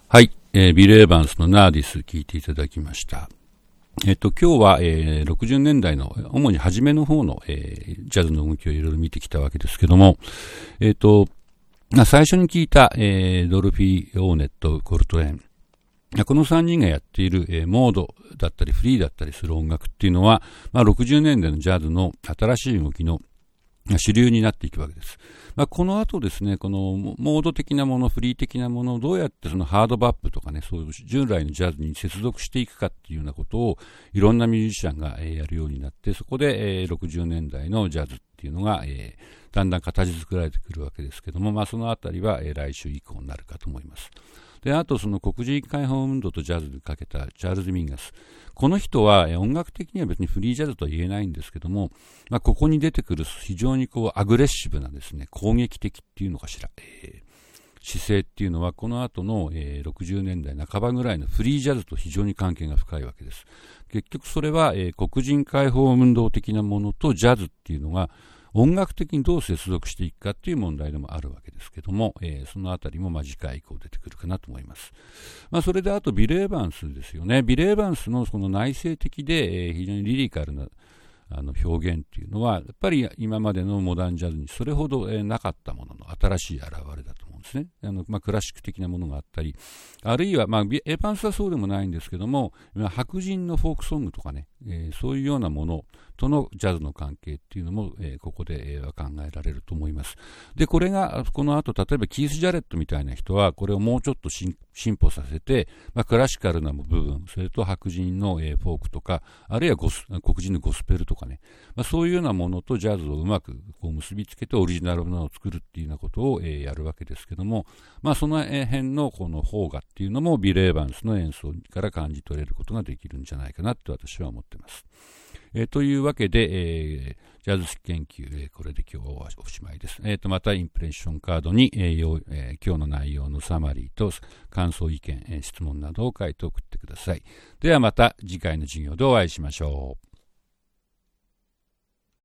はい、ビル・エヴァンスのナーディス聞いていただきました。今日は、60年代の主に初めの方の、ジャズの動きをいろいろ見てきたわけですけども、最初に聞いた、ドルフィー・オーネット・コルトレーン、この3人がやっている、モードだったりフリーだったりする音楽っていうのは、60年代のジャズの新しい動きの主流になっていくわけです。この後ですね、このモード的なもの、フリー的なものをどうやってそのハードバップとかね、そういう従来のジャズに接続していくかっていうようなことをいろんなミュージシャンがやるようになって、そこで60年代のジャズっていうのがだんだん形作られてくるわけですけども、そのあたりは来週以降になるかと思います。で、あとその黒人解放運動とジャズでかけたチャールズ・ミンガス。この人は音楽的には別にフリージャズとは言えないんですけども、ここに出てくる非常にアグレッシブなですね、攻撃的っていうのかしら、姿勢っていうのはこの後の、60年代半ばぐらいのフリージャズと非常に関係が深いわけです。結局それは、黒人解放運動的なものとジャズっていうのが音楽的にどう接続していくかという問題でもあるわけですけども、そのあたりも次回以降出てくるかなと思います。それであとビル・エヴァンスですよね。ビル・エヴァンスのその内省的で、非常にリリカルな表現っていうのはやっぱり今までのモダンジャズにそれほど、なかったものの新しい現れだと思うんですね。クラシック的なものがあったり、あるいは、エヴァンスはそうでもないんですけども、白人のフォークソングとかね、そういうようなものとのジャズの関係っていうのも、ここで、考えられると思います。で、これがこの後例えばキース・ジャレットみたいな人はこれをもうちょっと進歩させて、クラシカルな部分、それと白人の、フォークとか、あるいは黒人のゴスペルとかね、そういうようなものとジャズをうまく結びつけてオリジナルのを作るっていうようなことを、やるわけですけども、その辺のこの邦画っていうのもビル・エヴァンスの演奏から感じ取れることができるんじゃないかなと私は思っています。というわけで、ジャズ史研究、これで今日はおしまいです。またインプレッションカードに、今日の内容のサマリーと感想意見、質問などを書いて送ってください。ではまた次回の授業でお会いしましょう。